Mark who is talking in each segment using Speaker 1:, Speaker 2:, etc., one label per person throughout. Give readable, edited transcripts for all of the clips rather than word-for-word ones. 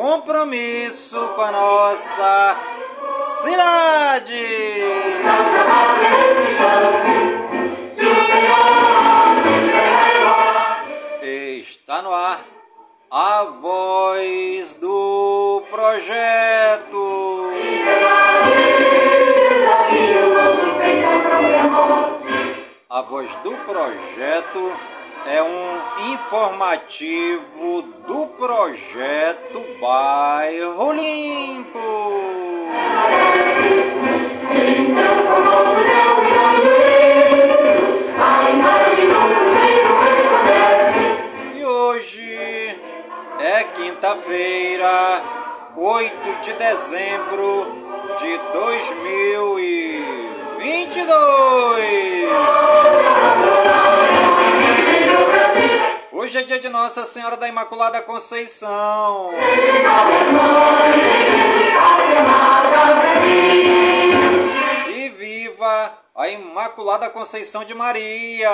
Speaker 1: compromisso com a nossa cidade. Está no ar a voz do projeto. A voz do projeto é um informativo do projeto Bairro Limpo. E hoje é quinta-feira, 8 de dezembro de 2022. Hoje é dia de Nossa Senhora da Imaculada Conceição. E viva a Imaculada Conceição de Maria.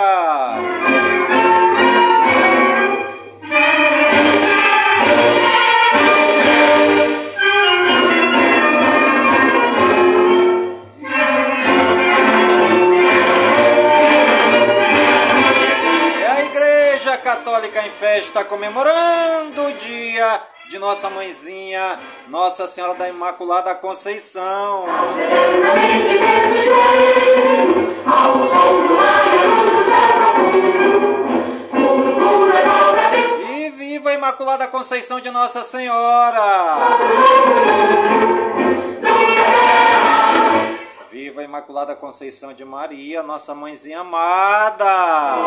Speaker 1: Católica em festa, comemorando o dia de nossa mãezinha, Nossa Senhora da Imaculada Conceição. E viva a Imaculada Conceição de Nossa Senhora! Viva a Imaculada Conceição de Maria, nossa mãezinha amada!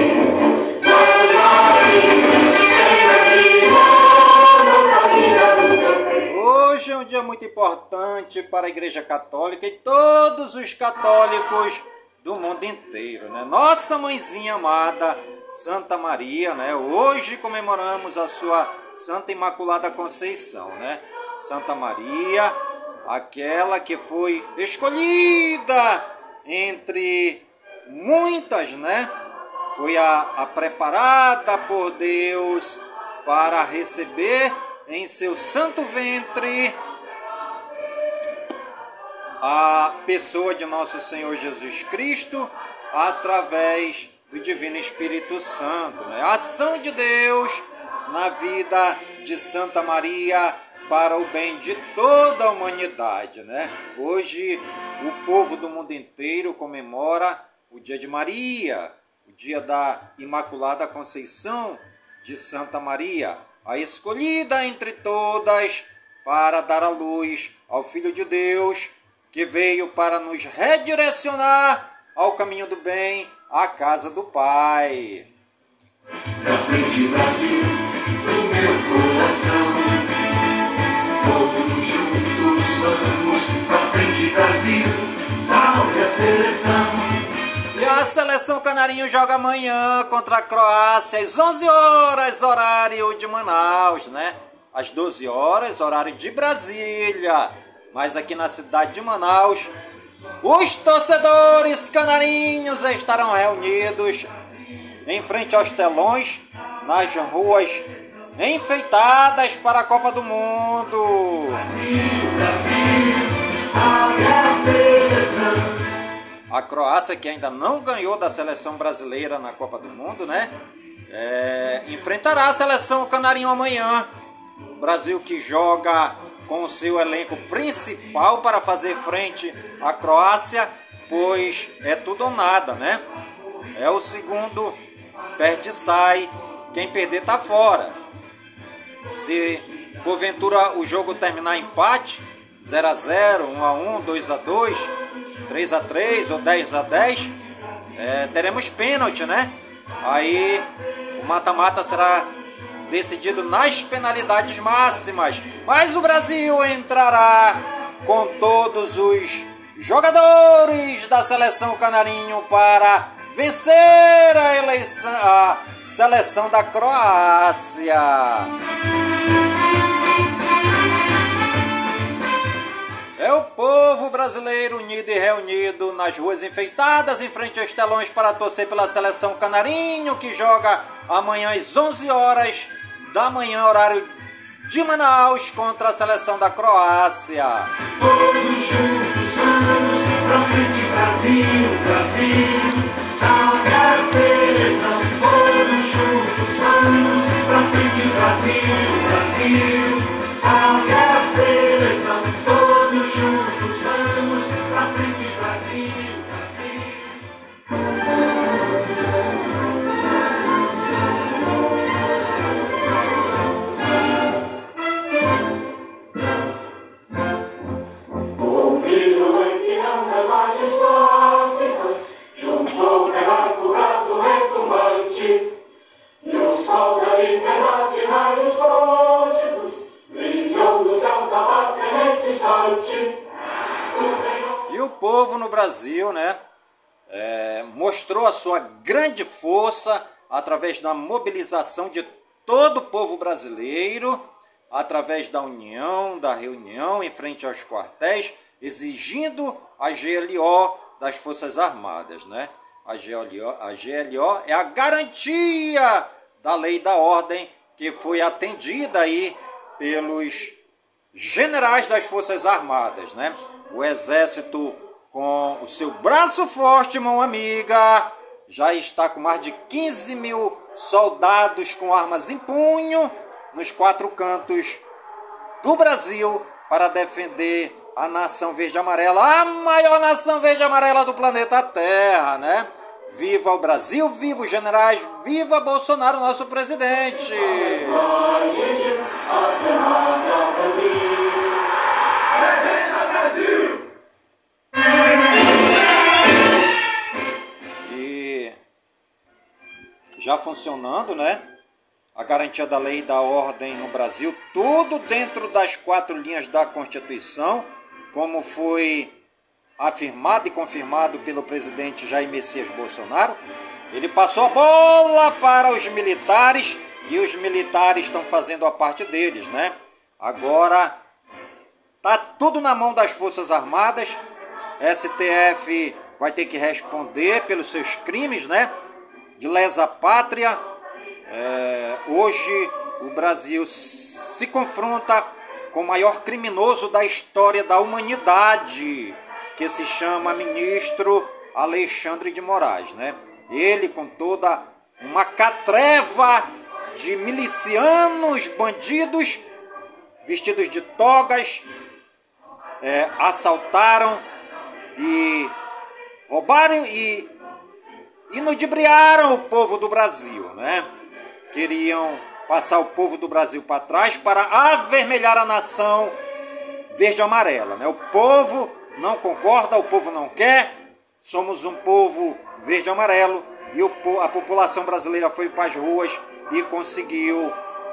Speaker 1: Hoje é um dia muito importante para a Igreja Católica e todos os católicos do mundo inteiro, né? Nossa mãezinha amada, Santa Maria, né? Hoje comemoramos a sua Santa Imaculada Conceição, né? Santa Maria, aquela que foi escolhida entre muitas, né? Foi a preparada por Deus para receber em seu santo ventre a pessoa de nosso Senhor Jesus Cristo através do Divino Espírito Santo, né? A ação de Deus na vida de Santa Maria para o bem de toda a humanidade, né? Hoje o povo do mundo inteiro comemora o dia de Maria, o dia da Imaculada Conceição de Santa Maria, a escolhida entre todas para dar a luz ao Filho de Deus, que veio para nos redirecionar ao caminho do bem, à casa do Pai.
Speaker 2: Na frente, Brasil, do meu coração, todos juntos vamos pra frente, Brasil, salve a seleção.
Speaker 1: E a seleção canarinho joga amanhã contra a Croácia às 11 horas, horário de Manaus, né? Às 12 horas, horário de Brasília. Mas aqui na cidade de Manaus, os torcedores canarinhos estarão reunidos em frente aos telões, nas ruas enfeitadas para a Copa do Mundo.
Speaker 2: Brasil, salve a seleção.
Speaker 1: A Croácia, que ainda não ganhou da seleção brasileira na Copa do Mundo, né? Enfrentará a seleção canarinho amanhã. O Brasil que joga com o seu elenco principal para fazer frente à Croácia, pois é tudo ou nada, né? É o segundo, perde e sai, quem perder tá fora. Se porventura o jogo terminar empate, 0-0, 1-1, 2-2, 3-3 ou 10-10, teremos pênalti, né? Aí o mata-mata será decidido nas penalidades máximas. Mas o Brasil entrará com todos os jogadores da seleção canarinho para vencer a seleção da Croácia. É o povo brasileiro unido e reunido nas ruas enfeitadas em frente aos telões para torcer pela seleção canarinho, que joga amanhã às 11 horas da manhã, horário de Manaus contra a seleção da Croácia.
Speaker 2: Todos juntos vamos pra frente, Brasil, Brasil, salve a seleção. Todos juntos vamos pra frente, Brasil, Brasil, salve a seleção. Todos juntos vamos pra frente, Brasil, Brasil. Juntou bem-aventurado retumbante, e o sol da liberdade, raios fúlgidos, brilhou no céu da pátria nesse instante.
Speaker 1: E o povo no Brasil, né, mostrou a sua grande força através da mobilização de todo o povo brasileiro, através da união, da reunião em frente aos quartéis, exigindo a GLO das Forças Armadas, né? A GLO é a garantia da lei e da ordem que foi atendida aí pelos generais das Forças Armadas, né? O Exército, com o seu braço forte, mão amiga, já está com mais de 15 mil soldados com armas em punho nos 4 cantos do Brasil para defender a nação verde e amarela, a maior nação verde e amarela do planeta Terra, né? Viva o Brasil, viva os generais, viva Bolsonaro, nosso presidente! E já funcionando, né? A garantia da lei e da ordem no Brasil, tudo dentro das 4 linhas da Constituição, como foi afirmado e confirmado pelo presidente Jair Messias Bolsonaro. Ele passou a bola para os militares e os militares estão fazendo a parte deles, né? Agora tá tudo na mão das Forças Armadas. STF vai ter que responder pelos seus crimes, né? De lesa pátria. Hoje o Brasil se confronta com o maior criminoso da história da humanidade, que se chama ministro Alexandre de Moraes, né? Ele, com toda uma catreva de milicianos, bandidos, vestidos de togas, assaltaram e roubaram e ludibriaram o povo do Brasil, né? Queriam passar o povo do Brasil para trás para avermelhar a nação verde e amarela, né? O povo não concorda, o povo não quer, somos um povo verde e amarelo, e a população brasileira foi para as ruas e conseguiu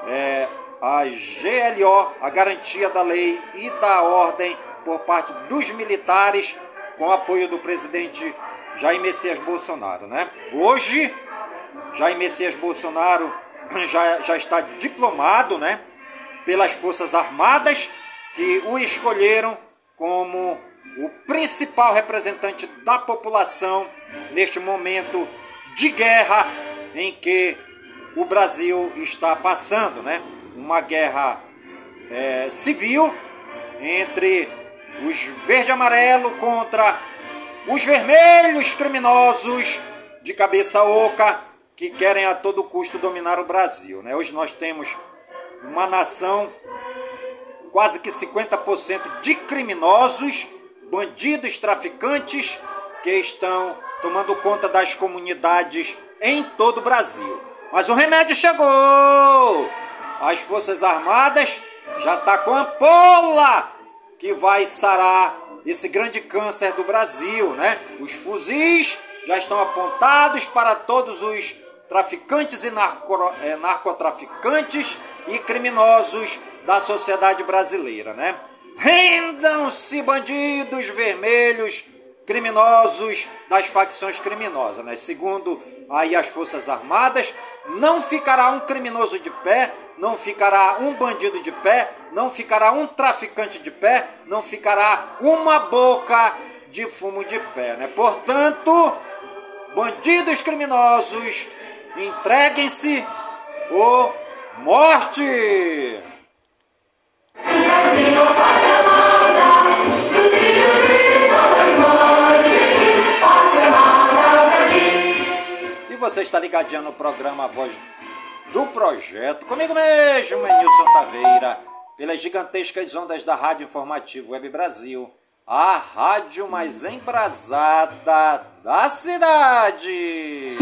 Speaker 1: a GLO, a garantia da lei e da ordem por parte dos militares, com o apoio do presidente Jair Messias Bolsonaro, né? Hoje, Jair Messias Bolsonaro já está diplomado, né, pelas Forças Armadas, que o escolheram como o principal representante da população neste momento de guerra em que o Brasil está passando, né? Uma guerra civil entre os verde e amarelo contra os vermelhos criminosos de cabeça oca que querem a todo custo dominar o Brasil, né? Hoje nós temos uma nação quase que 50% de criminosos, bandidos, traficantes, que estão tomando conta das comunidades em todo o Brasil. Mas o remédio chegou! As Forças Armadas já estão com a ampola que vai sarar esse grande câncer do Brasil, né? Os fuzis já estão apontados para todos os traficantes e narcotraficantes e criminosos da sociedade brasileira, né? Rendam-se, bandidos vermelhos, criminosos das facções criminosas, né? Segundo aí as Forças Armadas, não ficará um criminoso de pé, não ficará um bandido de pé, não ficará um traficante de pé, não ficará uma boca de fumo de pé, né? Portanto, bandidos criminosos, entreguem-se ou morte! Você está ligadinho no programa Voz do Projeto, comigo mesmo, Nilson Taveira, pelas gigantescas ondas da Rádio Informativo Web Brasil, a rádio mais embrasada da cidade.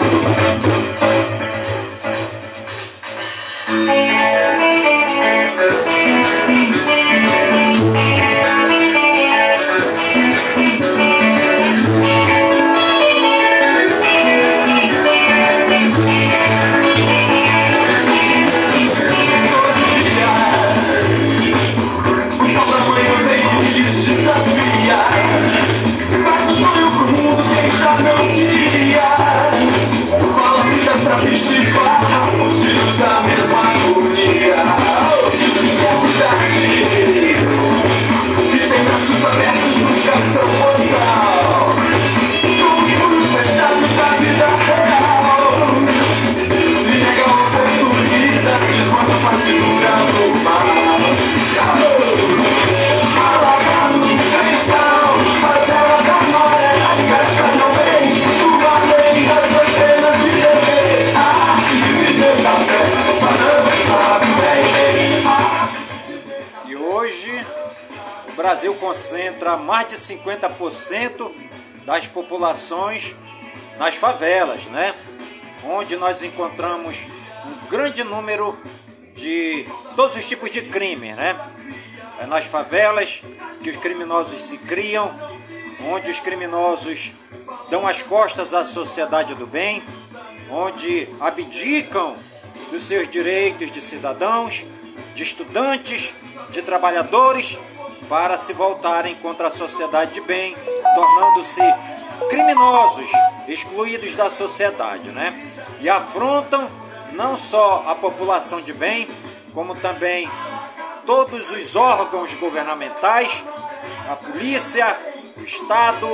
Speaker 1: O Brasil concentra mais de 50% das populações nas favelas, né? Onde nós encontramos um grande número de todos os tipos de crime, né? É nas favelas que os criminosos se criam, onde os criminosos dão as costas à sociedade do bem, onde abdicam dos seus direitos de cidadãos, de estudantes, de trabalhadores, para se voltarem contra a sociedade de bem, tornando-se criminosos, excluídos da sociedade, né? E afrontam não só a população de bem, como também todos os órgãos governamentais, a polícia, o Estado,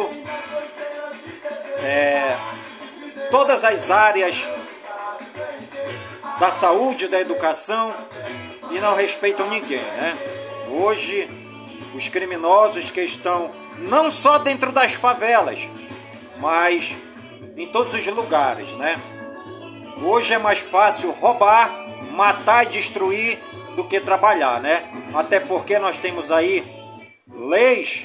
Speaker 1: todas as áreas da saúde, da educação, e não respeitam ninguém, né? Hoje, os criminosos que estão não só dentro das favelas, mas em todos os lugares, né? Hoje é mais fácil roubar, matar e destruir do que trabalhar, né? Até porque nós temos aí leis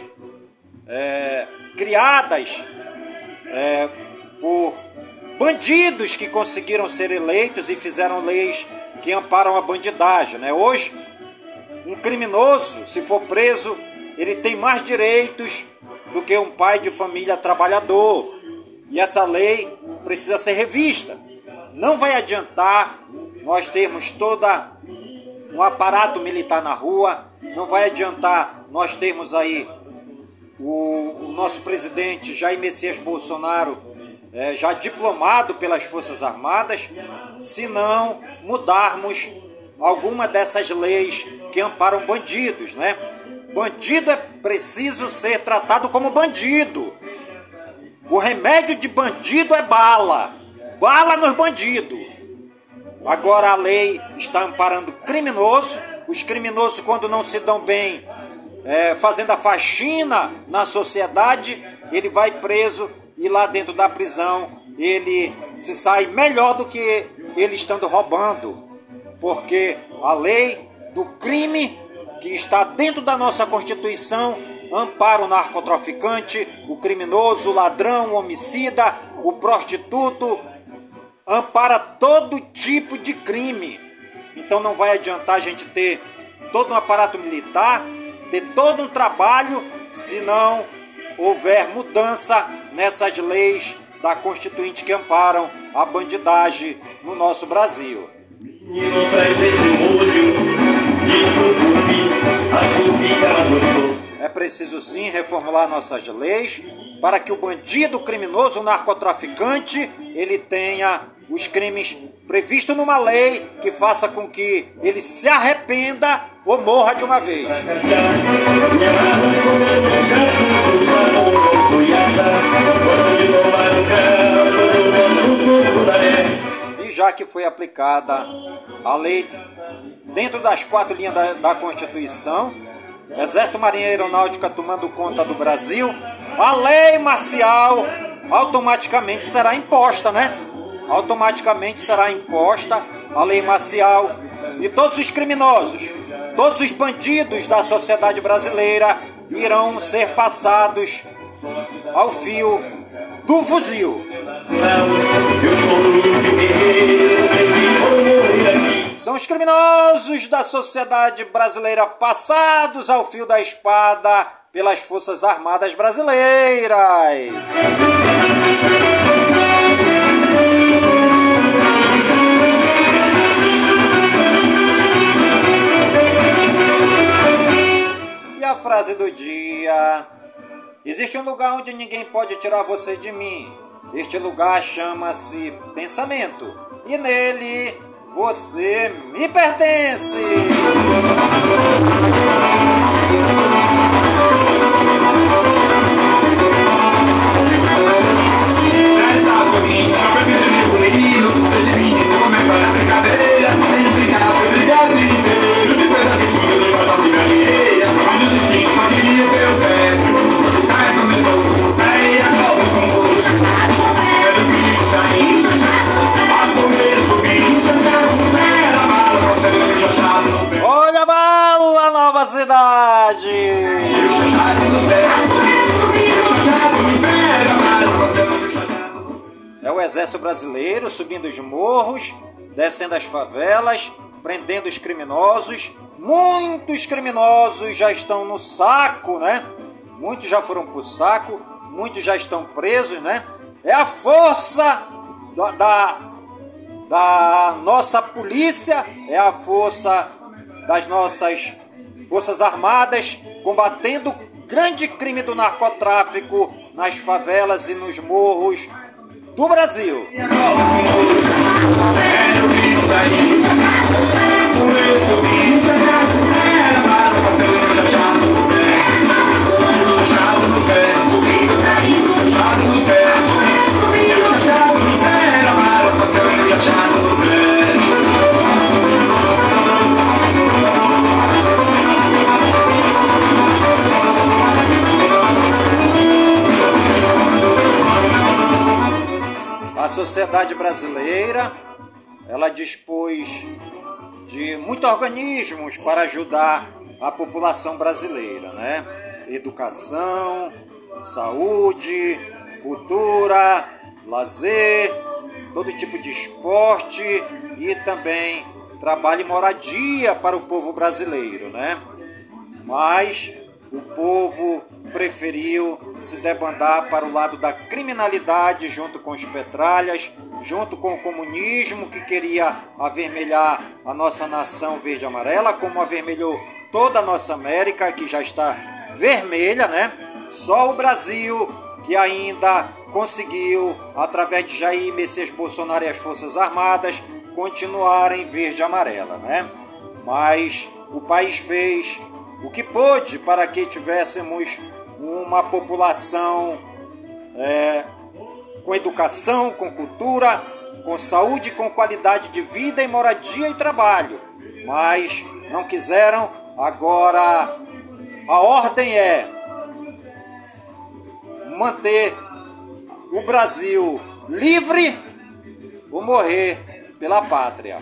Speaker 1: criadas por bandidos que conseguiram ser eleitos e fizeram leis que amparam a bandidagem, né? Hoje, um criminoso, se for preso, ele tem mais direitos do que um pai de família trabalhador. E essa lei precisa ser revista. Não vai adiantar nós termos toda um aparato militar na rua, não vai adiantar nós termos aí o nosso presidente Jair Messias Bolsonaro já diplomado pelas Forças Armadas, se não mudarmos alguma dessas leis que amparam bandidos, né? Bandido é preciso ser tratado como bandido. O remédio de bandido é bala. Bala nos bandidos. Agora a lei está amparando criminoso. Os criminosos, quando não se dão bem, fazendo a faxina na sociedade, ele vai preso e lá dentro da prisão ele se sai melhor do que ele estando roubando. Porque a lei do crime que está dentro da nossa Constituição ampara o narcotraficante, o criminoso, o ladrão, o homicida, o prostituto, ampara todo tipo de crime. Então não vai adiantar a gente ter todo um aparato militar, ter todo um trabalho, se não houver mudança nessas leis da Constituinte que amparam a bandidagem no nosso Brasil. É preciso sim reformular nossas leis para que o bandido, o criminoso, o narcotraficante, ele tenha os crimes previstos numa lei que faça com que ele se arrependa ou morra de uma vez. E já que foi aplicada a lei dentro das 4 linhas da Constituição, Exército, Marinha e Aeronáutica tomando conta do Brasil, a lei marcial automaticamente será imposta, né? automaticamente será imposta a lei marcial e todos os criminosos, todos os bandidos da sociedade brasileira irão ser passados ao fio do fuzil. São os criminosos da sociedade brasileira passados ao fio da espada pelas Forças Armadas Brasileiras. E a frase do dia: existe um lugar onde ninguém pode tirar você de mim. Este lugar chama-se pensamento, e nele você me pertence. Olha a bala, Nova Cidade! É o exército brasileiro subindo os morros, descendo as favelas, prendendo os criminosos. Muitos criminosos já estão no saco, né? Muitos já foram pro saco, muitos já estão presos, né? É a força da nossa polícia, é a força das nossas Forças Armadas combatendo o grande crime do narcotráfico nas favelas e nos morros do Brasil. A sociedade brasileira, ela dispôs de muitos organismos para ajudar a população brasileira, né? Educação, saúde, cultura, lazer, todo tipo de esporte e também trabalho e moradia para o povo brasileiro, né? Mas o povo preferiu se debandar para o lado da criminalidade junto com os petralhas, junto com o comunismo que queria avermelhar a nossa nação verde e amarela, como avermelhou toda a nossa América, que já está vermelha, né? Só o Brasil que ainda conseguiu, através de Jair Messias Bolsonaro e as Forças Armadas, continuarem verde e amarela, né? Mas o país fez o que pôde para que tivéssemos uma população com educação, com cultura, com saúde, com qualidade de vida e moradia e trabalho. Mas não quiseram. Agora a ordem é manter o Brasil livre ou morrer pela pátria.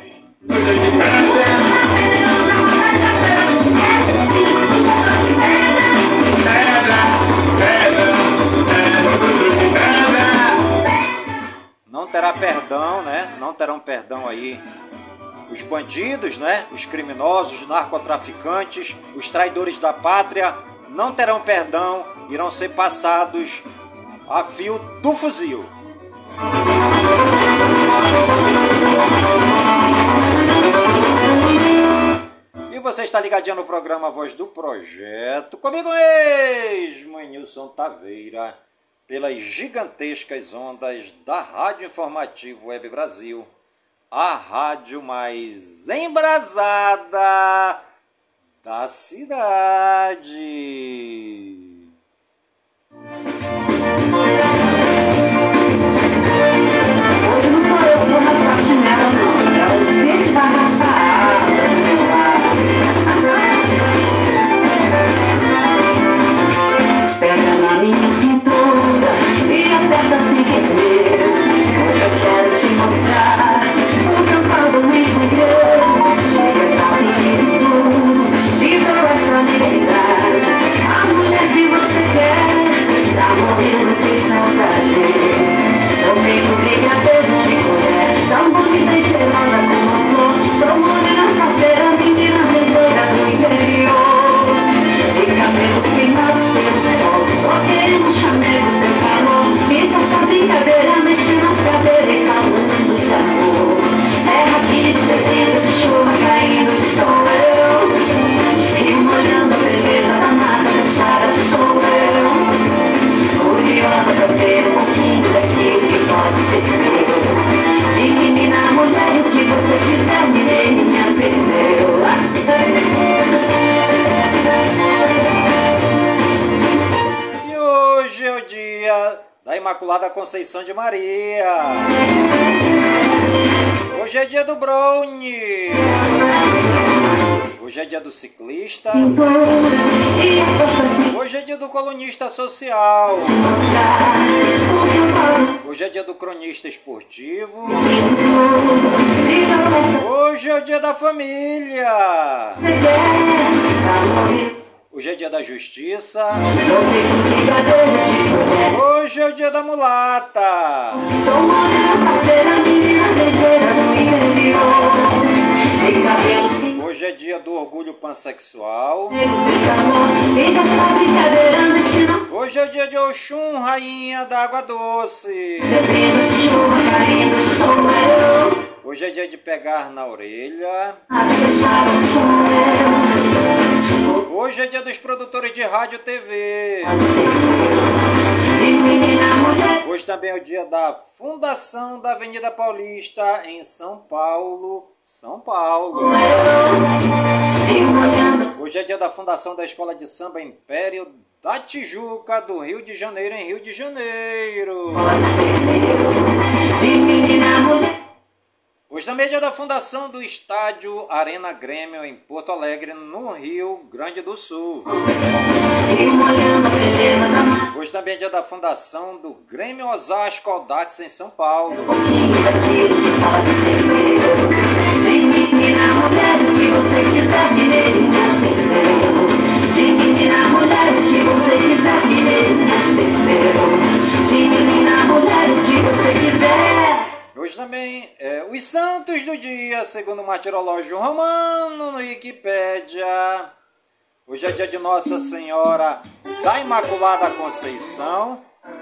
Speaker 1: Não terá perdão, né? Não terão perdão aí os bandidos, né? Os criminosos, os narcotraficantes, os traidores da pátria, não terão perdão, irão ser passados a fio do fuzil. E você está ligadinho no programa Voz do Projeto, comigo mesmo, Nilson Taveira, pelas gigantescas ondas da Rádio Informativo Web Brasil, a rádio mais embrasada da cidade.
Speaker 3: Hoje não sou eu que vou raspar a chinela, não. É você que vai raspar a asa, meu lado. Pega na minha cintura e aperta sem querer. Hoje eu quero te mostrar.
Speaker 1: Imaculada Conceição de Maria. Hoje é dia do Brownie. Hoje é dia do ciclista. Hoje é dia do colunista social. Hoje é dia do cronista esportivo. Hoje é o dia da família. Hoje é dia da justiça. Hoje é o dia da mulata. Hoje é dia do orgulho pansexual. Hoje é o dia de Oxum, rainha da água doce. Hoje é dia de pegar na orelha. Hoje é dia dos produtores de rádio e TV. Hoje também é o dia da fundação da Avenida Paulista em São Paulo, São Paulo. Hoje é dia da fundação da Escola de Samba Império da Tijuca, do Rio de Janeiro, em Rio de Janeiro. Hoje também é dia da fundação do estádio Arena Grêmio em Porto Alegre, no Rio Grande do Sul. Hoje também é dia da fundação do Grêmio Osasco Audax em São Paulo. Hoje também é os santos do dia, segundo o martirológio romano no Wikipédia. Hoje é dia de Nossa Senhora da Imaculada Conceição.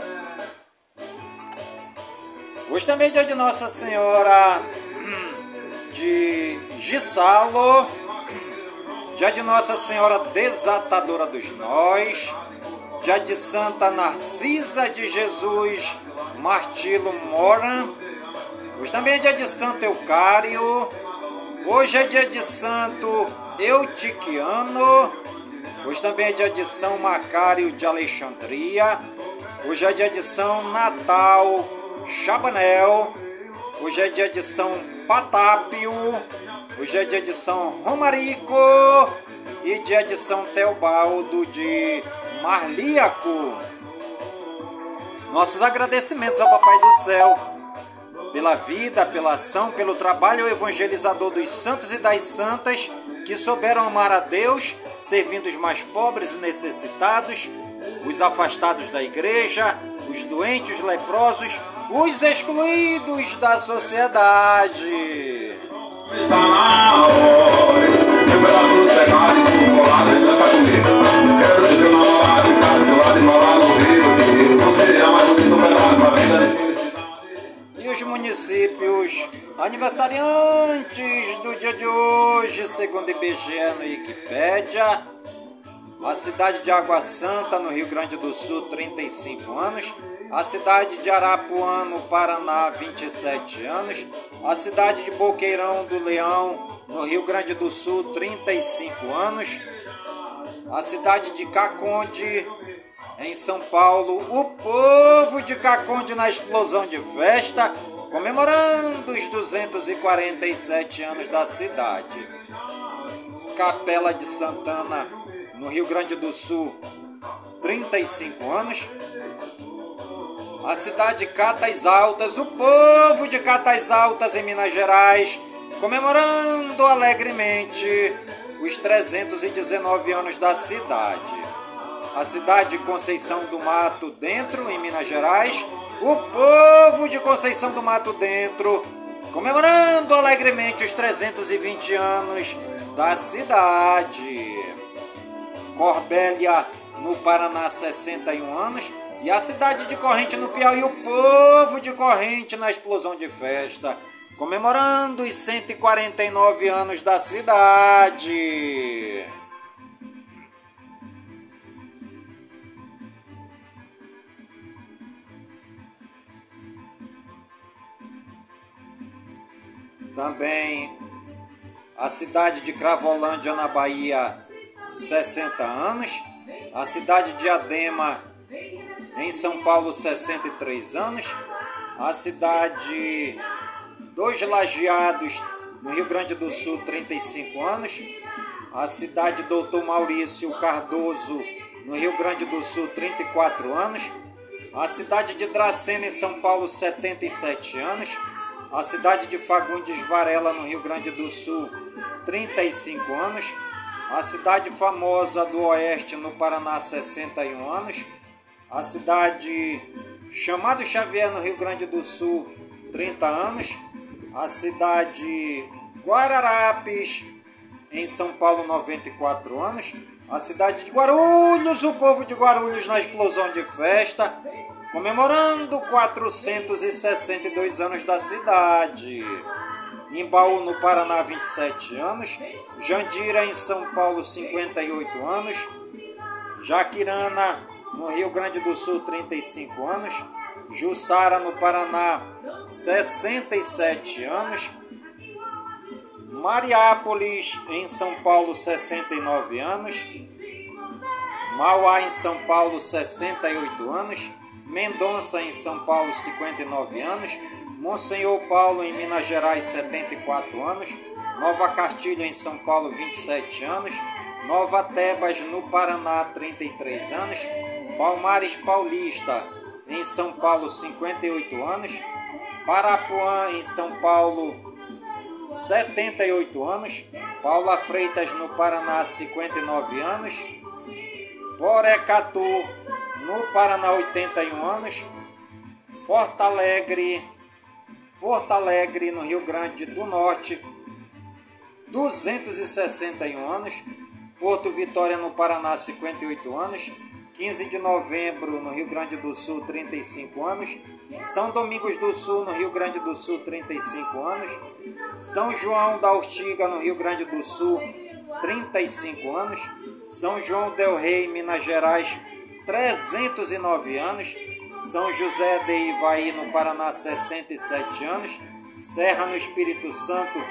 Speaker 1: Hoje também é dia de Nossa Senhora de Gissalo. Dia de Nossa Senhora Desatadora dos Nós. Dia de Santa Narcisa de Jesus Martilo Moran. Hoje também é dia de Santo Eucário. Hoje é dia de Santo Eutiquiano. Hoje também é dia de São Macário de Alexandria. Hoje é dia de São Natal Chabanel. Hoje é dia de São Patápio. Hoje é dia de São Romarico. E dia de São Teobaldo de Marlíaco. Nossos agradecimentos ao Papai do Céu pela vida, pela ação, pelo trabalho evangelizador dos santos e das santas que souberam amar a Deus, servindo os mais pobres e necessitados, os afastados da igreja, os doentes, os leprosos, os excluídos da sociedade.
Speaker 2: Está na hora, meu pedaço de pecado e tudo colado e dança comigo. Quero ser teu namorado, ficar do seu lado e falar no rio. Você é mais bonito pedaço da vida de felicidade.
Speaker 1: E os municípios aniversariantes do dia de hoje, segundo o IBGE no Wikipédia: a cidade de Água Santa, no Rio Grande do Sul, 35 anos. A cidade de Arapuã, no Paraná, 27 anos. A cidade de Boqueirão do Leão, no Rio Grande do Sul, 35 anos. A cidade de Caconde, em São Paulo, o povo de Caconde na explosão de festa, comemorando os 247 anos da cidade. Capela de Santana, no Rio Grande do Sul, 35 anos. A cidade de Catas Altas, o povo de Catas Altas, em Minas Gerais, comemorando alegremente os 319 anos da cidade. A cidade de Conceição do Mato Dentro, em Minas Gerais, o povo de Conceição do Mato Dentro, comemorando alegremente os 320 anos da cidade. Corbélia, no Paraná, 61 anos. E a cidade de Corrente, no Piauí, o povo de Corrente na explosão de festa, comemorando os 149 anos da cidade. Também a cidade de Cravolândia, na Bahia, 60 anos. A cidade de Adema, em São Paulo, 63 anos. A cidade dos Lajeados, no Rio Grande do Sul, 35 anos. A cidade Doutor Maurício Cardoso, no Rio Grande do Sul, 34 anos. A cidade de Dracena, em São Paulo, 77 anos. A cidade de Fagundes Varela, no Rio Grande do Sul, 35 anos. A cidade famosa do Oeste, no Paraná, 61 anos. A cidade Chamado Xavier, no Rio Grande do Sul, 30 anos. A cidade Guararapes, em São Paulo, 94 anos. A cidade de Guarulhos, o povo de Guarulhos na explosão de festa, comemorando 462 anos da cidade. Imbaú, no Paraná, 27 anos. Jandira, em São Paulo, 58 anos. Jaquirana, no Rio Grande do Sul, 35 anos. Jussara, no Paraná, 67 anos. Mariápolis, em São Paulo, 69 anos. Mauá, em São Paulo, 68 anos. Mendonça, em São Paulo, 59 anos. Monsenhor Paulo, em Minas Gerais, 74 anos. Nova Castilho, em São Paulo, 27 anos. Nova Tebas, no Paraná, 33 anos. Palmares Paulista, em São Paulo, 58 anos. Parapuã, em São Paulo, 78 anos. Paula Freitas, no Paraná, 59 anos. Porecatu, no Paraná, 81 anos. Porto Alegre, no Rio Grande do Norte, 261 anos. Porto Vitória, no Paraná, 58 anos. 15 de novembro, no Rio Grande do Sul, 35 anos. São Domingos do Sul, no Rio Grande do Sul, 35 anos. São João da Ortiga, no Rio Grande do Sul, 35 anos. São João del Rei, Minas Gerais, 309 anos. São José de Ivaí, no Paraná, 67 anos. Serra, no Espírito Santo,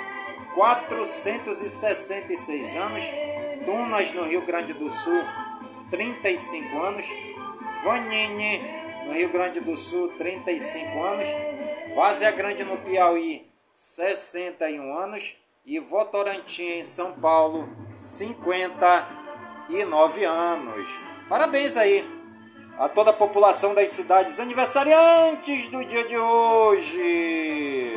Speaker 1: 466 anos. Tunas, no Rio Grande do Sul, 35 anos. Vanini, no Rio Grande do Sul, 35 anos. Várzea Grande, no Piauí, 61 anos. E Votorantim, em São Paulo, 59 anos. Parabéns aí a toda a população das cidades aniversariantes do dia de hoje.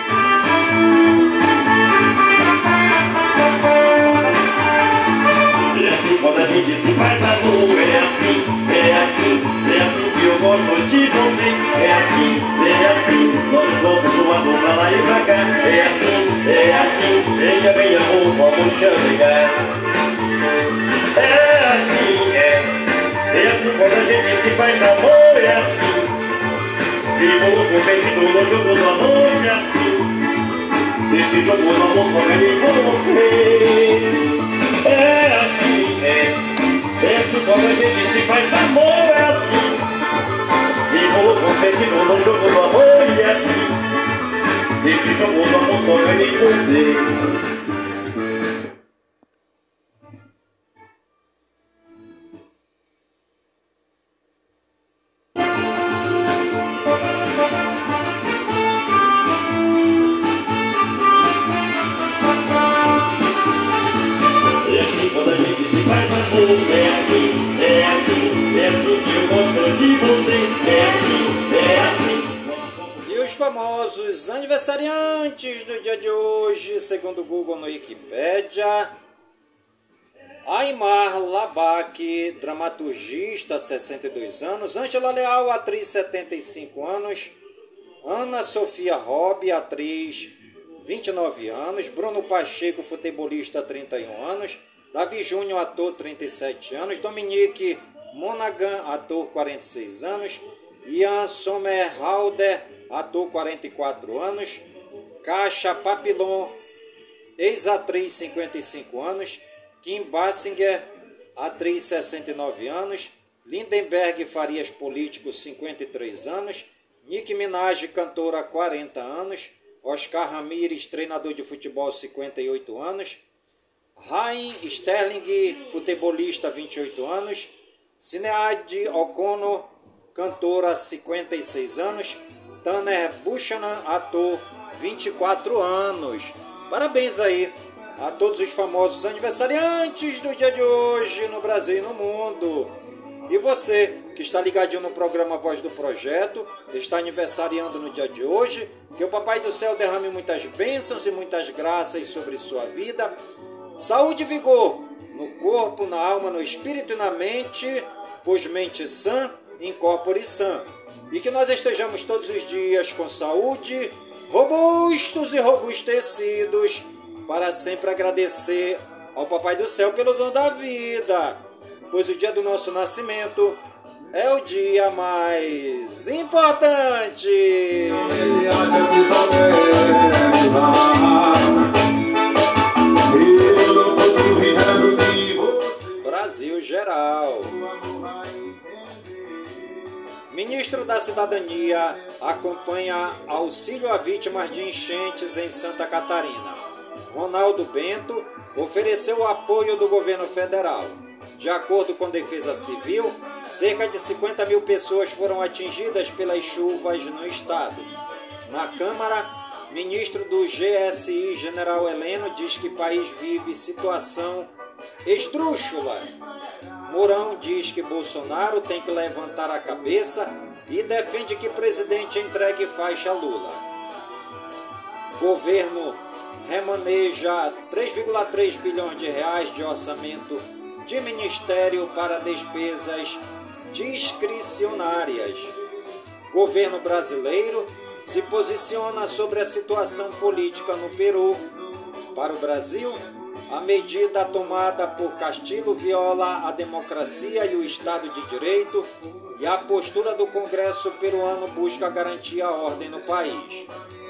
Speaker 4: É assim quando a gente se faz amor, é assim que eu gosto de você. É assim, nós vamos uma mão pra lá e pra cá. É assim, venha, venha, amor, vamos chegar. É assim quando a gente se faz amor, é assim. Vivo competindo no jogo do amor, é assim. Esse jogo do amor só ganhei com você. É assim quando a gente se faz amor, é assim. Vivo competindo no jogo do amor, e é assim. Esse jogo do amor só ganhei com você.
Speaker 1: Famosos aniversariantes do dia de hoje, segundo o Google no Wikipédia: Aimar Labak, dramaturgista, 62 anos. Ângela Leal, atriz, 75 anos. Ana Sofia Robb, atriz, 29 anos. Bruno Pacheco, futebolista, 31 anos. Davi Júnior, ator, 37 anos. Dominique Monaghan, ator, 46 anos. Ian Somerhalder, ator, 44 anos. Kasia Papillon, ex-atriz, 55 anos. Kim Basinger, atriz, 69 anos. Lindenberg Farias, político, 53 anos. Nicki Minaj, cantora, 40 anos. Oscar Ramírez, treinador de futebol, 58 anos. Raheem Sterling, futebolista, 28 anos. Sinead O'Connor, cantora, 56 anos. Tanner Buchanan, ator, 24 anos. Parabéns aí a todos os famosos aniversariantes do dia de hoje no Brasil e no mundo. E você que está ligadinho no programa Voz do Projeto, está aniversariando no dia de hoje, que o Papai do Céu derrame muitas bênçãos e muitas graças sobre sua vida. Saúde e vigor no corpo, na alma, no espírito e na mente, pois mente sã, incorpore sã. E que nós estejamos todos os dias com saúde, robustos e robustecidos, para sempre agradecer ao Papai do Céu pelo dom da vida, pois o dia do nosso nascimento é o dia mais importante.
Speaker 2: Ele acha que só
Speaker 1: Brasil Geral. Ministro da Cidadania acompanha auxílio a vítimas de enchentes em Santa Catarina. Ronaldo Bento ofereceu o apoio do governo federal. De acordo com Defesa Civil, cerca de 50 mil pessoas foram atingidas pelas chuvas no estado. Na Câmara, ministro do GSI, General Heleno, diz que o país vive situação esdrúxula. Mourão diz que Bolsonaro tem que levantar a cabeça e defende que presidente entregue faixa a Lula. Governo remaneja 3,3 bilhões de reais de orçamento de ministério para despesas discricionárias. Governo brasileiro se posiciona sobre a situação política no Peru. Para o Brasil, a medida tomada por Castillo viola a democracia e o Estado de Direito, e a postura do Congresso peruano busca garantir a ordem no país.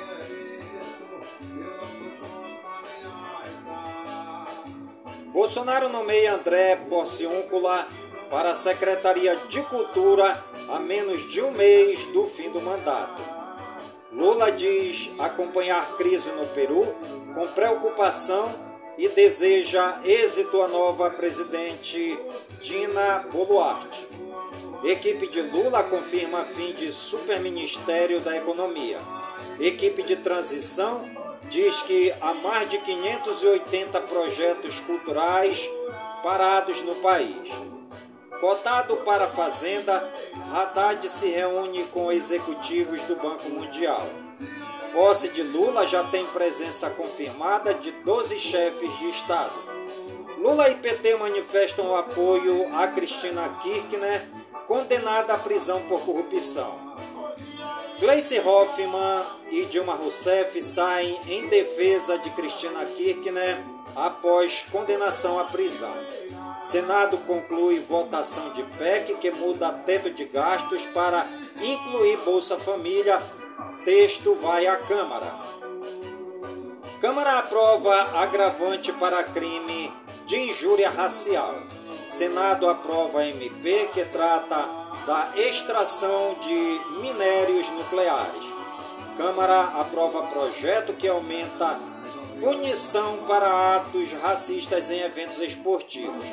Speaker 1: Bolsonaro nomeia André Porciúncula para a Secretaria de Cultura a menos de um mês do fim do mandato. Lula diz acompanhar crise no Peru com preocupação e deseja êxito à nova presidente Dina Boluarte. Equipe de Lula confirma fim de superministério da economia. Equipe de transição diz que há mais de 580 projetos culturais parados no país. Cotado para a Fazenda, Haddad se reúne com executivos do Banco Mundial. Posse de Lula já tem presença confirmada de 12 chefes de Estado. Lula e PT manifestam o apoio a Cristina Kirchner, condenada à prisão por corrupção. Gleisi Hoffmann e Dilma Rousseff saem em defesa de Cristina Kirchner após condenação à prisão. Senado conclui votação de PEC que muda teto de gastos para incluir Bolsa Família. Texto vai à Câmara. Câmara aprova agravante para crime de injúria racial. Senado aprova MP que trata da extração de minérios nucleares. Câmara aprova projeto que aumenta punição para atos racistas em eventos esportivos.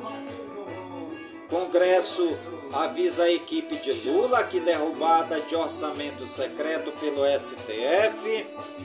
Speaker 1: Congresso avisa a equipe de Lula que derrubada de orçamento secreto pelo STF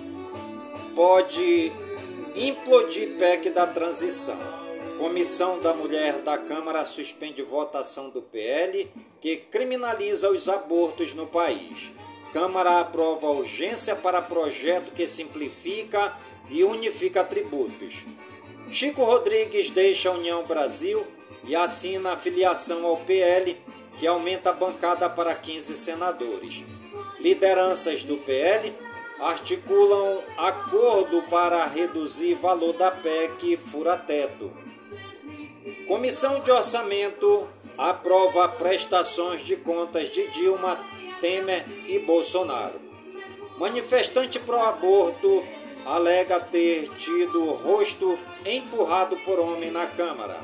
Speaker 1: pode implodir PEC da transição. Comissão da Mulher da Câmara suspende votação do PL que criminaliza os abortos no país. Câmara aprova urgência para projeto que simplifica e unifica tributos. Chico Rodrigues deixa a União Brasil e assina a filiação ao PL, que aumenta a bancada para 15 senadores. Lideranças do PL articulam acordo para reduzir valor da PEC fura-teto. Comissão de Orçamento aprova prestações de contas de Dilma, Temer e Bolsonaro. Manifestante pró-aborto alega ter tido o rosto empurrado por homem na Câmara.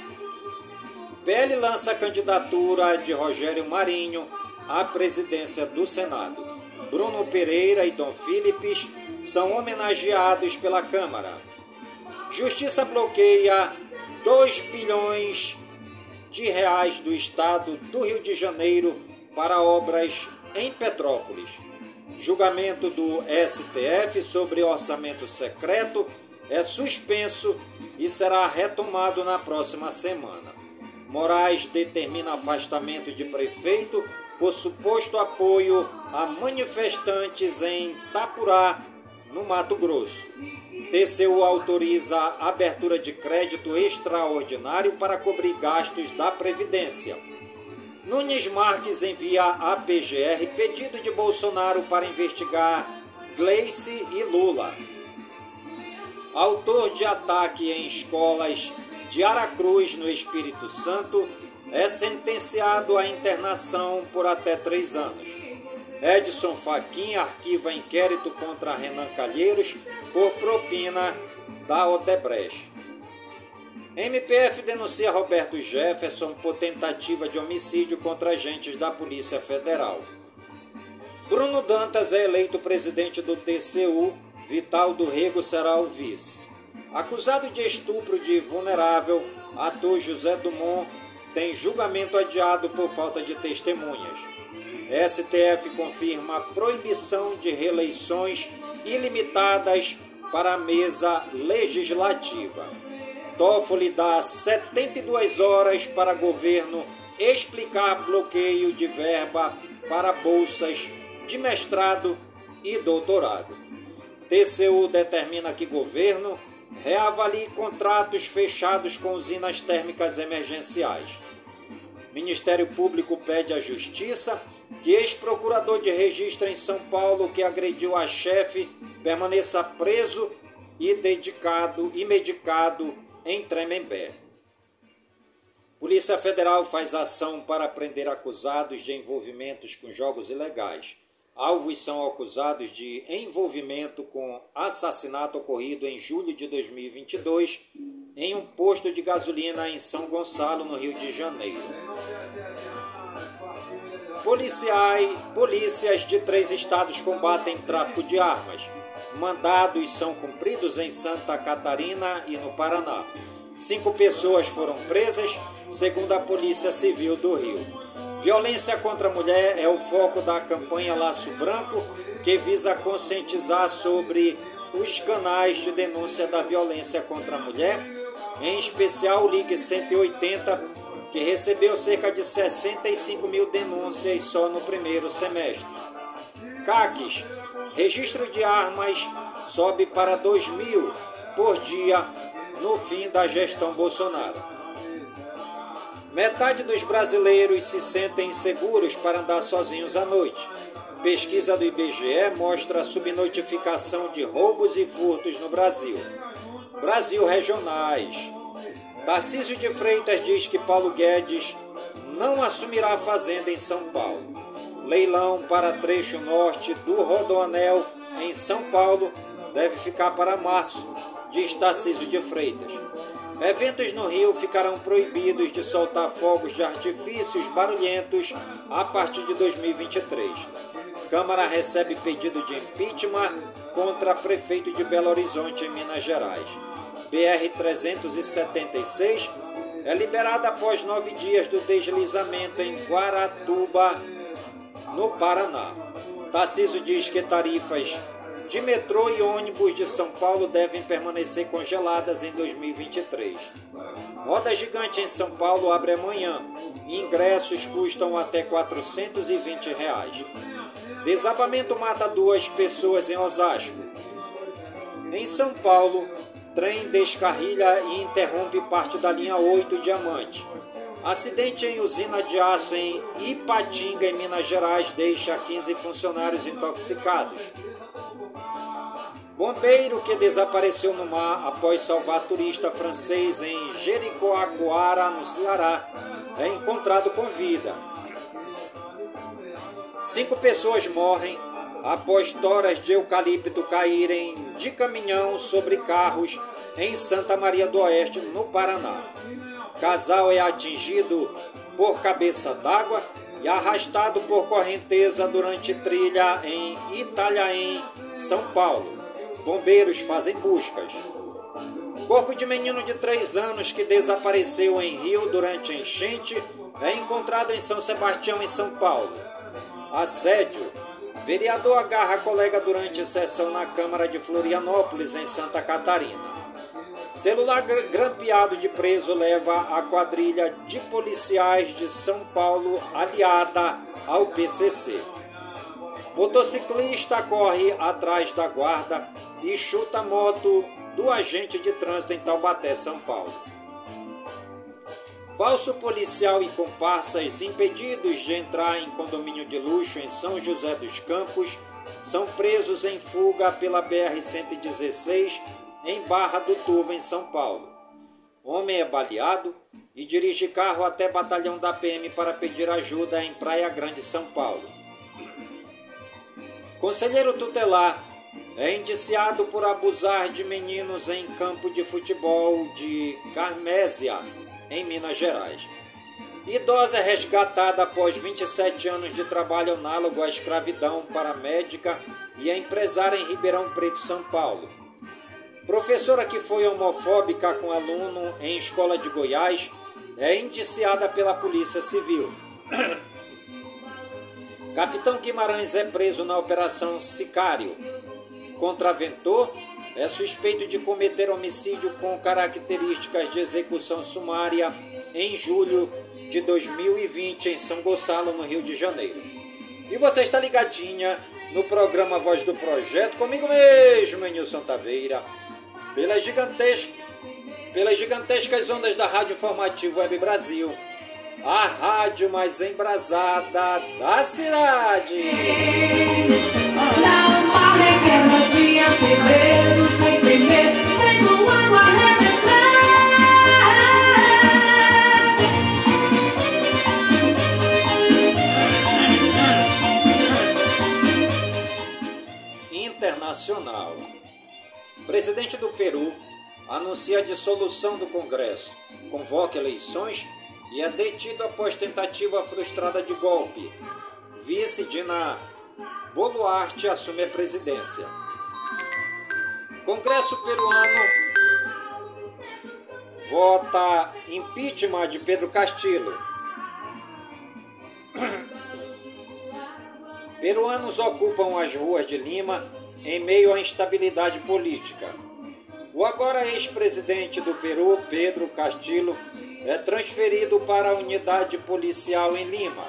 Speaker 1: PL lança a candidatura de Rogério Marinho à presidência do Senado. Bruno Pereira e Dom Philips são homenageados pela Câmara. Justiça bloqueia 2 bilhões de reais do Estado do Rio de Janeiro para obras em Petrópolis. Julgamento do STF sobre orçamento secreto é suspenso e será retomado na próxima semana. Moraes determina afastamento de prefeito por suposto apoio a manifestantes em Tapurá, no Mato Grosso. TCU autoriza a abertura de crédito extraordinário para cobrir gastos da Previdência. Nunes Marques envia à PGR pedido de Bolsonaro para investigar Gleice e Lula. Autor de ataque em escolas de Aracruz, no Espírito Santo, é sentenciado à internação por até 3 anos. Edson Fachin arquiva inquérito contra Renan Calheiros por propina da Odebrecht. MPF denuncia Roberto Jefferson por tentativa de homicídio contra agentes da Polícia Federal. Bruno Dantas é eleito presidente do TCU, Vital do Rego será o vice. Acusado de estupro de vulnerável, ator José Dumont tem julgamento adiado por falta de testemunhas. STF confirma proibição de reeleições ilimitadas para a mesa legislativa. Toffoli dá 72 horas para governo explicar bloqueio de verba para bolsas de mestrado e doutorado. TCU determina que governo reavalie contratos fechados com usinas térmicas emergenciais. Ministério Público pede à Justiça que ex-procurador de registro em São Paulo que agrediu a chefe permaneça preso e medicado em Tremembé. Polícia Federal faz ação para prender acusados de envolvimentos com jogos ilegais. Alvos são acusados de envolvimento com assassinato ocorrido em julho de 2022 em um posto de gasolina em São Gonçalo, no Rio de Janeiro. Polícias de 3 estados combatem tráfico de armas. Mandados são cumpridos em Santa Catarina e no Paraná. 5 pessoas foram presas, segundo a Polícia Civil do Rio. Violência contra a mulher é o foco da campanha Laço Branco, que visa conscientizar sobre os canais de denúncia da violência contra a mulher, em especial o Ligue 180, que recebeu cerca de 65 mil denúncias só no primeiro semestre. CACs, registro de armas sobe para 2.000 por dia no fim da gestão Bolsonaro. Metade dos brasileiros se sentem inseguros para andar sozinhos à noite. Pesquisa do IBGE mostra subnotificação de roubos e furtos no Brasil. Brasil regionais. Tarcísio de Freitas diz que Paulo Guedes não assumirá a fazenda em São Paulo. Leilão para trecho norte do Rodoanel em São Paulo deve ficar para março, diz Tarcísio de Freitas. Eventos no Rio ficarão proibidos de soltar fogos de artifícios barulhentos a partir de 2023. Câmara recebe pedido de impeachment contra prefeito de Belo Horizonte, em Minas Gerais. BR-376 é liberada após 9 dias do deslizamento em Guaratuba, no Paraná. Tarcísio diz que tarifas de metrô e ônibus de São Paulo devem permanecer congeladas em 2023. Roda gigante em São Paulo abre amanhã. Ingressos custam até R$ 420. Desabamento mata 2 pessoas em Osasco. Em São Paulo, trem descarrilha e interrompe parte da linha 8 Diamante. Acidente em usina de aço em Ipatinga, em Minas Gerais, deixa 15 funcionários intoxicados. Bombeiro que desapareceu no mar após salvar turista francês em Jericoacoara, no Ceará, é encontrado com vida. 5 pessoas morrem após toras de eucalipto caírem de caminhão sobre carros em Santa Maria do Oeste, no Paraná. Casal é atingido por cabeça d'água e arrastado por correnteza durante trilha em Italhaém, São Paulo. Bombeiros fazem buscas. Corpo de menino de 3 anos que desapareceu em Rio durante a enchente é encontrado em São Sebastião, em São Paulo. Assédio. Vereador agarra colega durante sessão na Câmara de Florianópolis, em Santa Catarina. Celular grampeado de preso leva a quadrilha de policiais de São Paulo aliada ao PCC. Motociclista corre atrás da guarda e chuta a moto do agente de trânsito em Taubaté, São Paulo. Falso policial e comparsas impedidos de entrar em condomínio de luxo em São José dos Campos são presos em fuga pela BR-116 em Barra do Turvo, em São Paulo. Homem é baleado e dirige carro até batalhão da PM para pedir ajuda em Praia Grande, São Paulo. Conselheiro tutelar é indiciado por abusar de meninos em campo de futebol de Carmésia, em Minas Gerais. Idosa é resgatada após 27 anos de trabalho análogo à escravidão para médica e é empresária em Ribeirão Preto, São Paulo. Professora que foi homofóbica com aluno em escola de Goiás é indiciada pela Polícia Civil. Capitão Guimarães é preso na Operação Sicário. Contraventor é suspeito de cometer homicídio com características de execução sumária em julho de 2020 em São Gonçalo, no Rio de Janeiro. E você está ligadinha no programa Voz do Projeto, comigo mesmo, Nilson Taveira, pelas gigantescas ondas da Rádio Informativo Web Brasil, a rádio mais embrasada da cidade.
Speaker 3: Não morre que no dia segredo, sem temer, feito água a revescer.
Speaker 1: Internacional. Presidente do Peru anuncia a dissolução do Congresso, convoca eleições e é detido após tentativa frustrada de golpe. Vice Dina Boluarte assume a presidência. Congresso peruano vota impeachment de Pedro Castillo. Peruanos ocupam as ruas de Lima em meio à instabilidade política. O agora ex-presidente do Peru, Pedro Castillo, é transferido para a unidade policial em Lima.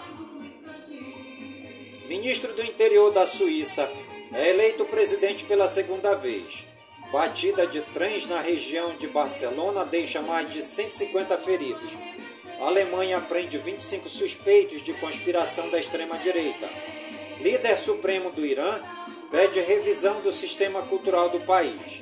Speaker 1: Ministro do Interior da Suíça é eleito presidente pela segunda vez. Batida de trens na região de Barcelona deixa mais de 150 feridos. A Alemanha prende 25 suspeitos de conspiração da extrema-direita. Líder supremo do Irã pede revisão do sistema cultural do país.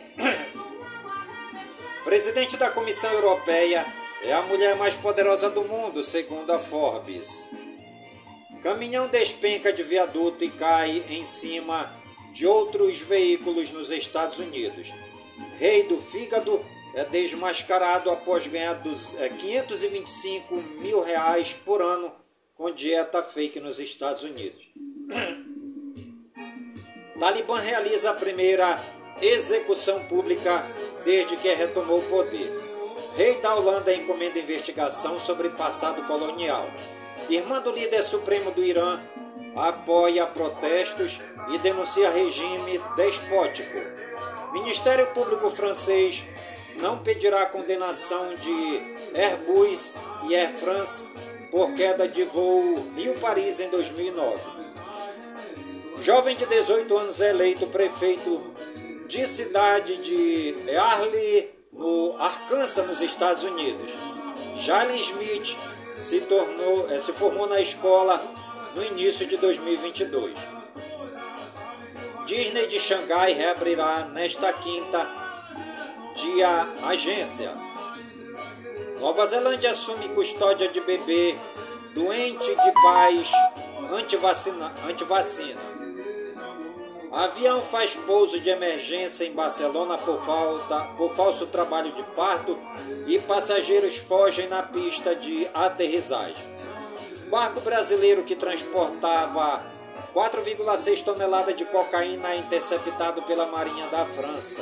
Speaker 1: Presidente da Comissão Europeia é a mulher mais poderosa do mundo, segundo a Forbes. Caminhão despenca de viaduto e cai em cima de outros veículos nos Estados Unidos. Rei do fígado é desmascarado após ganhar R$525 mil por ano com dieta fake nos Estados Unidos. Talibã realiza a primeira execução pública desde que retomou o poder. Rei da Holanda encomenda investigação sobre passado colonial. Irmã do líder supremo do Irã apoia protestos e denuncia regime despótico. Ministério Público francês não pedirá condenação de Airbus e Air France por queda de voo Rio-Paris em 2009. Jovem de 18 anos é eleito prefeito de cidade de Early, no Arkansas, nos Estados Unidos. Jalen Smith se formou na escola no início de 2022. Disney de Xangai reabrirá nesta quinta dia agência. Nova Zelândia assume custódia de bebê doente de pais antivacina. Avião faz pouso de emergência em Barcelona por falso trabalho de parto e passageiros fogem na pista de aterrissagem. Barco brasileiro que transportava 4,6 toneladas de cocaína é interceptado pela Marinha da França.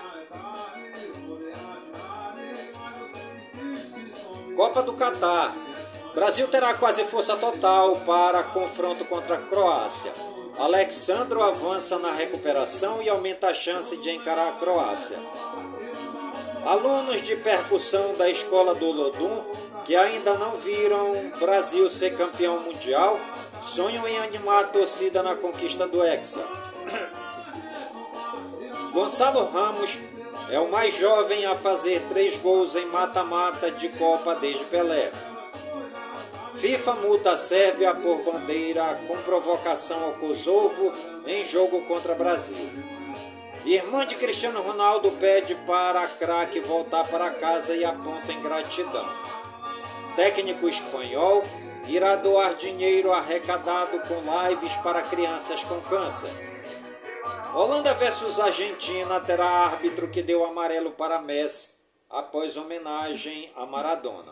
Speaker 1: Copa do Catar. Brasil terá quase força total para confronto contra a Croácia. Alexandro avança na recuperação e aumenta a chance de encarar a Croácia. Alunos de percussão da escola do Olodum, que ainda não viram Brasil ser campeão mundial, sonham em animar a torcida na conquista do Hexa. Gonçalo Ramos é o mais jovem a fazer 3 gols em mata-mata de Copa desde Pelé. FIFA multa a Sérvia por bandeira com provocação ao Kosovo em jogo contra Brasil. Irmã de Cristiano Ronaldo pede para a craque voltar para casa e aponta em gratidão. Técnico espanhol irá doar dinheiro arrecadado com lives para crianças com câncer. Holanda versus Argentina terá árbitro que deu amarelo para Messi após homenagem a Maradona.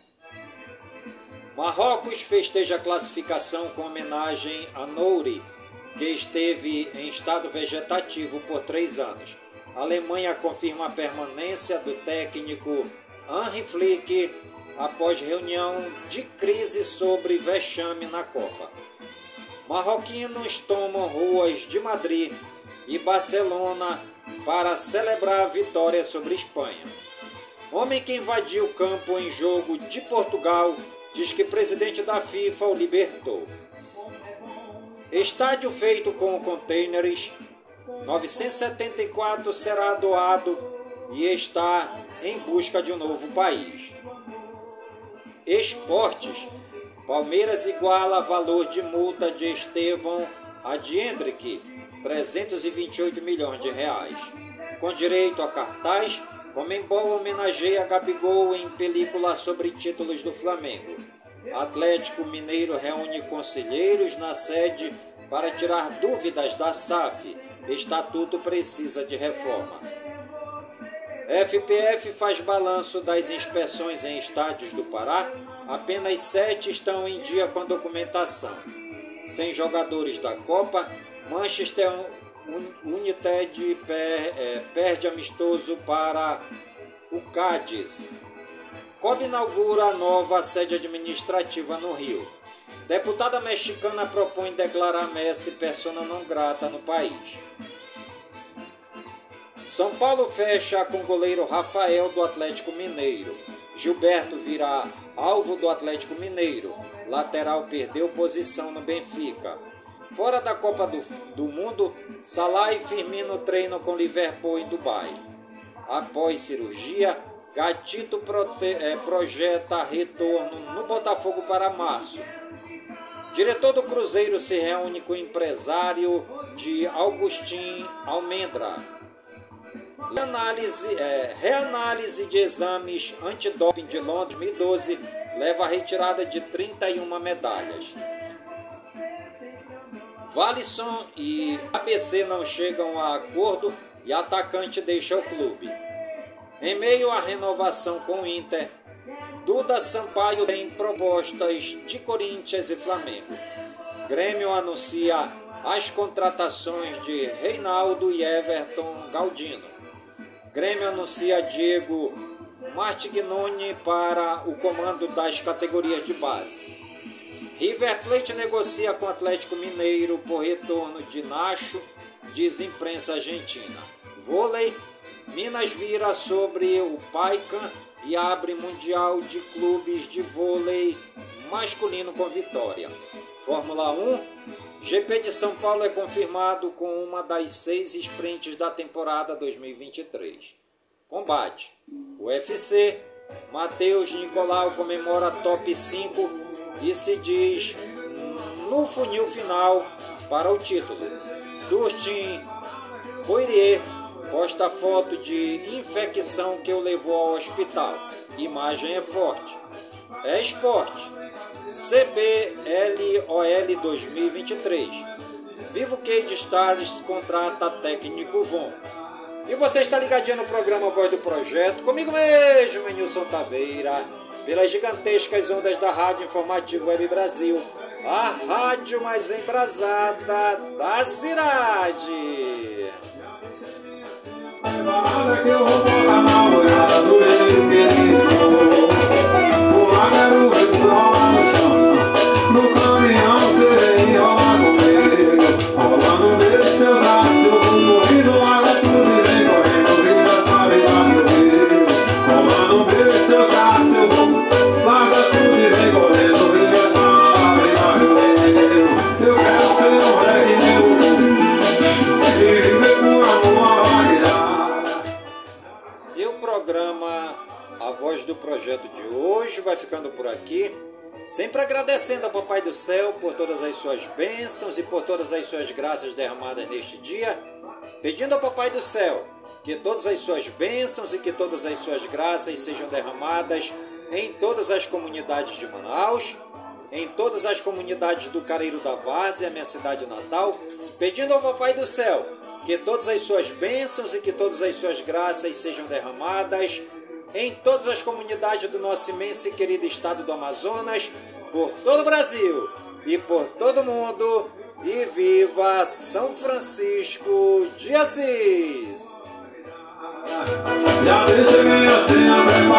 Speaker 1: Marrocos festeja a classificação com homenagem a Nouri, que esteve em estado vegetativo por 3 anos. A Alemanha confirma a permanência do técnico Hansi Flick após reunião de crise sobre vexame na Copa. Marroquinos tomam ruas de Madrid e Barcelona para celebrar a vitória sobre Espanha. Homem que invadiu o campo em jogo de Portugal diz que o presidente da FIFA o libertou. Estádio feito com containers 974 será doado e está em busca de um novo país. Esportes. Palmeiras iguala valor de multa de Estevão Adriendrick, 328 milhões de reais. Com direito a cartaz, Conmebol homenageia Gabigol em película sobre títulos do Flamengo. Atlético Mineiro reúne conselheiros na sede para tirar dúvidas da SAF. Estatuto precisa de reforma. FPF faz balanço das inspeções em estádios do Pará. Apenas 7 estão em dia com documentação. Sem jogadores da Copa, Manchester United perde amistoso para o Cádiz. COB inaugura a nova sede administrativa no Rio. Deputada mexicana propõe declarar Messi persona não grata no país. São Paulo fecha com o goleiro Rafael do Atlético Mineiro. Gilberto virá alvo do Atlético Mineiro. Lateral perdeu posição no Benfica. Fora da Copa do Mundo, Salah e Firmino treinam com Liverpool em Dubai. Após cirurgia, Gatito projeta retorno no Botafogo para março. Diretor do Cruzeiro se reúne com o empresário de Augustin Almendra. Reanálise de exames antidoping de Londres 2012 leva à retirada de 31 medalhas. Valisson e ABC não chegam a acordo e atacante deixa o clube. Em meio à renovação com o Inter, Duda Sampaio tem propostas de Corinthians e Flamengo. Grêmio anuncia as contratações de Reinaldo e Everton Galdino. Grêmio anuncia Diego Martignoni para o comando das categorias de base. River Plate negocia com o Atlético Mineiro por retorno de Nacho, diz imprensa argentina. Vôlei, Minas vira sobre o Paican e abre Mundial de Clubes de Vôlei masculino com vitória. Fórmula 1, GP de São Paulo é confirmado com uma das 6 sprints da temporada 2023. Combate, UFC, Matheus Nicolau comemora top 5 e se diz no funil final para o título. Dustin Poirier posta foto de infecção que o levou ao hospital. Imagem é forte. É esporte. CBLOL 2023. Vivo Cage Stars contrata técnico Von. E você está ligadinho no programa Voz do Projeto, comigo mesmo, Nilson Taveira, pelas gigantescas ondas da Rádio Informativo Web Brasil, a rádio mais embrasada da cidade.
Speaker 2: Balada que eu vou botar na olhada do jeito que eles são. Pular garoto,
Speaker 1: programa A Voz do Projeto de hoje vai ficando por aqui, sempre agradecendo ao Papai do Céu por todas as suas bênçãos e por todas as suas graças derramadas neste dia, pedindo ao Papai do Céu que todas as suas bênçãos e que todas as suas graças sejam derramadas em todas as comunidades de Manaus, em todas as comunidades do Careiro da Várzea, minha cidade natal, pedindo ao Papai do Céu que todas as suas bênçãos e que todas as suas graças sejam derramadas em todas as comunidades do nosso imenso e querido estado do Amazonas, por todo o Brasil e por todo o mundo, e viva São Francisco de Assis!
Speaker 2: Já deixei minha senha